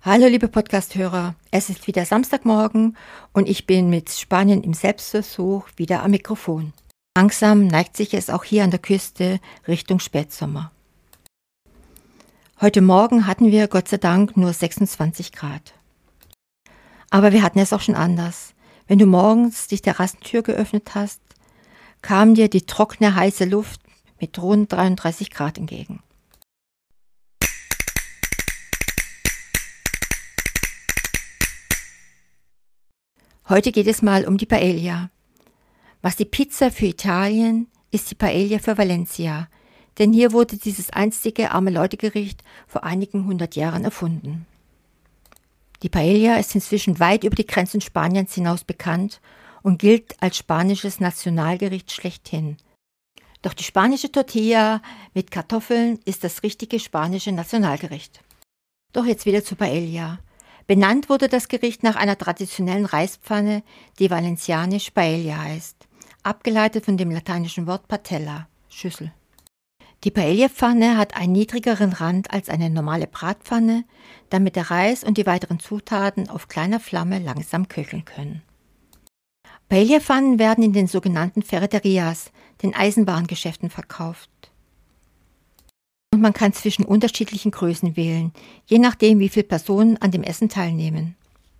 Hallo liebe Podcast-Hörer, es ist wieder Samstagmorgen und ich bin mit Spanien im Selbstversuch wieder am Mikrofon. Langsam neigt sich es auch hier an der Küste Richtung Spätsommer. Heute Morgen hatten wir Gott sei Dank nur 26 Grad. Aber wir hatten es auch schon anders. Wenn du morgens die Terrassentür geöffnet hast, kam dir die trockene, heiße Luft mit rund 33 Grad entgegen. Heute geht es mal um die Paella. Was die Pizza für Italien, ist die Paella für Valencia, denn hier wurde dieses einstige Arme-Leute-Gericht vor einigen 100 Jahren erfunden. Die Paella ist inzwischen weit über die Grenzen Spaniens hinaus bekannt und gilt als spanisches Nationalgericht schlechthin. Doch die spanische Tortilla mit Kartoffeln ist das richtige spanische Nationalgericht. Doch jetzt wieder zur Paella. Benannt wurde das Gericht nach einer traditionellen Reispfanne, die valencianisch Paella heißt, abgeleitet von dem lateinischen Wort patella, Schüssel. Die Paella-Pfanne hat einen niedrigeren Rand als eine normale Bratpfanne, damit der Reis und die weiteren Zutaten auf kleiner Flamme langsam köcheln können. Paella-Pfannen werden in den sogenannten Ferreterias, den Eisenwarengeschäften, verkauft. Und man kann zwischen unterschiedlichen Größen wählen, je nachdem, wie viele Personen an dem Essen teilnehmen.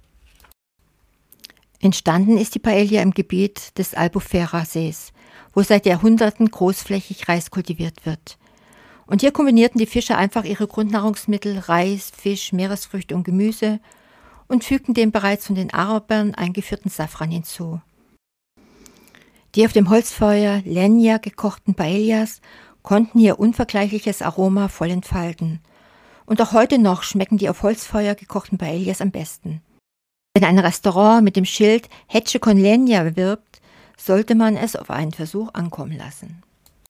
Entstanden ist die Paella im Gebiet des Albufera-Sees, wo seit Jahrhunderten großflächig Reis kultiviert wird. Und hier kombinierten die Fischer einfach ihre Grundnahrungsmittel Reis, Fisch, Meeresfrüchte und Gemüse und fügten dem bereits von den Arabern eingeführten Safran hinzu. Die auf dem Holzfeuer Leña gekochten Paellas konnten hier unvergleichliches Aroma voll entfalten. Und auch heute noch schmecken die auf Holzfeuer gekochten Paellas am besten. Wenn ein Restaurant mit dem Schild Hecho con Leña wirbt, sollte man es auf einen Versuch ankommen lassen.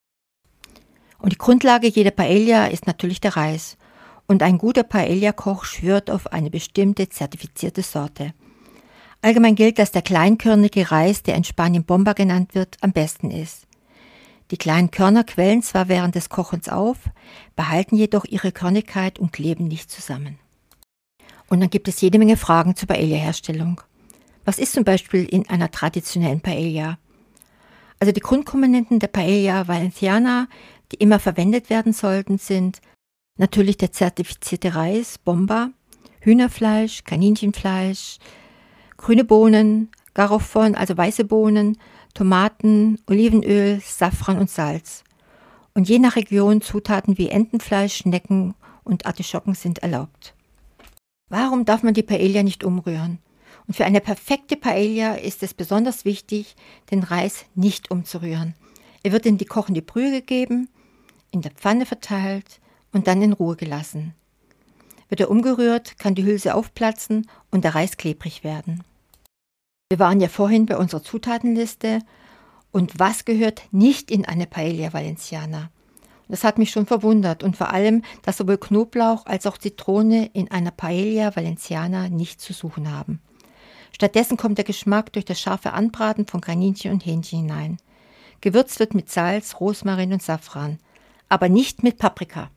Und die Grundlage jeder Paella ist natürlich der Reis. Und ein guter Paella-Koch schwört auf eine bestimmte zertifizierte Sorte. Allgemein gilt, dass der kleinkörnige Reis, der in Spanien Bomba genannt wird, am besten ist. Die kleinen Körner quellen zwar während des Kochens auf, behalten jedoch ihre Körnigkeit und kleben nicht zusammen. Und dann gibt es jede Menge Fragen zur Paella-Herstellung. Was ist zum Beispiel in einer traditionellen Paella? Also die Grundkomponenten der Paella Valenciana, die immer verwendet werden sollten, sind natürlich der zertifizierte Reis, Bomba, Hühnerfleisch, Kaninchenfleisch, grüne Bohnen, Garofon, also weiße Bohnen, Tomaten, Olivenöl, Safran und Salz. Und je nach Region Zutaten wie Entenfleisch, Schnecken und Artischocken sind erlaubt. Warum darf man die Paella nicht umrühren? Und für eine perfekte Paella ist es besonders wichtig, den Reis nicht umzurühren. Er wird in die kochende Brühe gegeben, in der Pfanne verteilt und dann in Ruhe gelassen. Wird er umgerührt, kann die Hülse aufplatzen und der Reis klebrig werden. Wir waren ja vorhin bei unserer Zutatenliste und was gehört nicht in eine Paella Valenciana? Das hat mich schon verwundert und vor allem, dass sowohl Knoblauch als auch Zitrone in einer Paella Valenciana nichts zu suchen haben. Stattdessen kommt der Geschmack durch das scharfe Anbraten von Kaninchen und Hähnchen hinein. Gewürzt wird mit Salz, Rosmarin und Safran, aber nicht mit Paprika.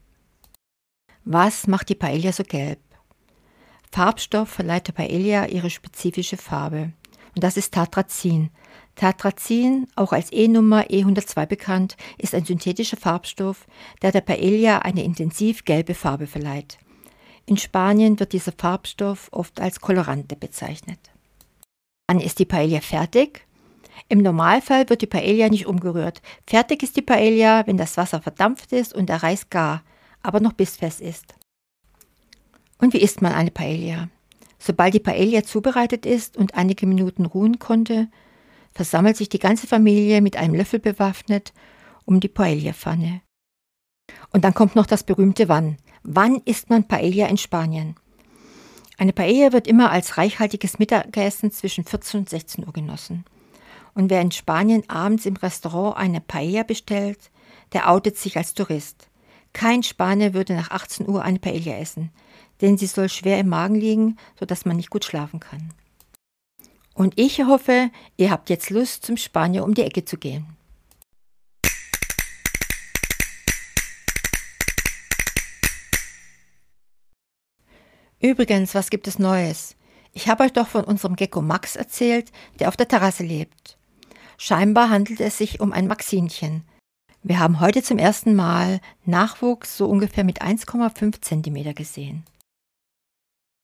Was macht die Paella so gelb? Farbstoff verleiht der Paella ihre spezifische Farbe. Und das ist Tartrazin. Tartrazin, auch als E-Nummer E102 bekannt, ist ein synthetischer Farbstoff, der Paella eine intensiv gelbe Farbe verleiht. In Spanien wird dieser Farbstoff oft als Colorante bezeichnet. Wann ist die Paella fertig? Im Normalfall wird die Paella nicht umgerührt. Fertig ist die Paella, wenn das Wasser verdampft ist und der Reis gar, aber noch bissfest ist. Und wie isst man eine Paella? Sobald die Paella zubereitet ist und einige Minuten ruhen konnte, versammelt sich die ganze Familie mit einem Löffel bewaffnet um die Paella-Pfanne. Und dann kommt noch das berühmte Wann. Wann isst man Paella in Spanien? Eine Paella wird immer als reichhaltiges Mittagessen zwischen 14 und 16 Uhr genossen. Und wer in Spanien abends im Restaurant eine Paella bestellt, der outet sich als Tourist. Kein Spanier würde nach 18 Uhr eine Paella essen, denn sie soll schwer im Magen liegen, sodass man nicht gut schlafen kann. Und ich hoffe, ihr habt jetzt Lust, zum Spanier um die Ecke zu gehen. Übrigens, was gibt es Neues? Ich habe euch doch von unserem Gecko Max erzählt, der auf der Terrasse lebt. Scheinbar handelt es sich um ein Maxinchen. Wir haben heute zum ersten Mal Nachwuchs so ungefähr mit 1,5 cm gesehen.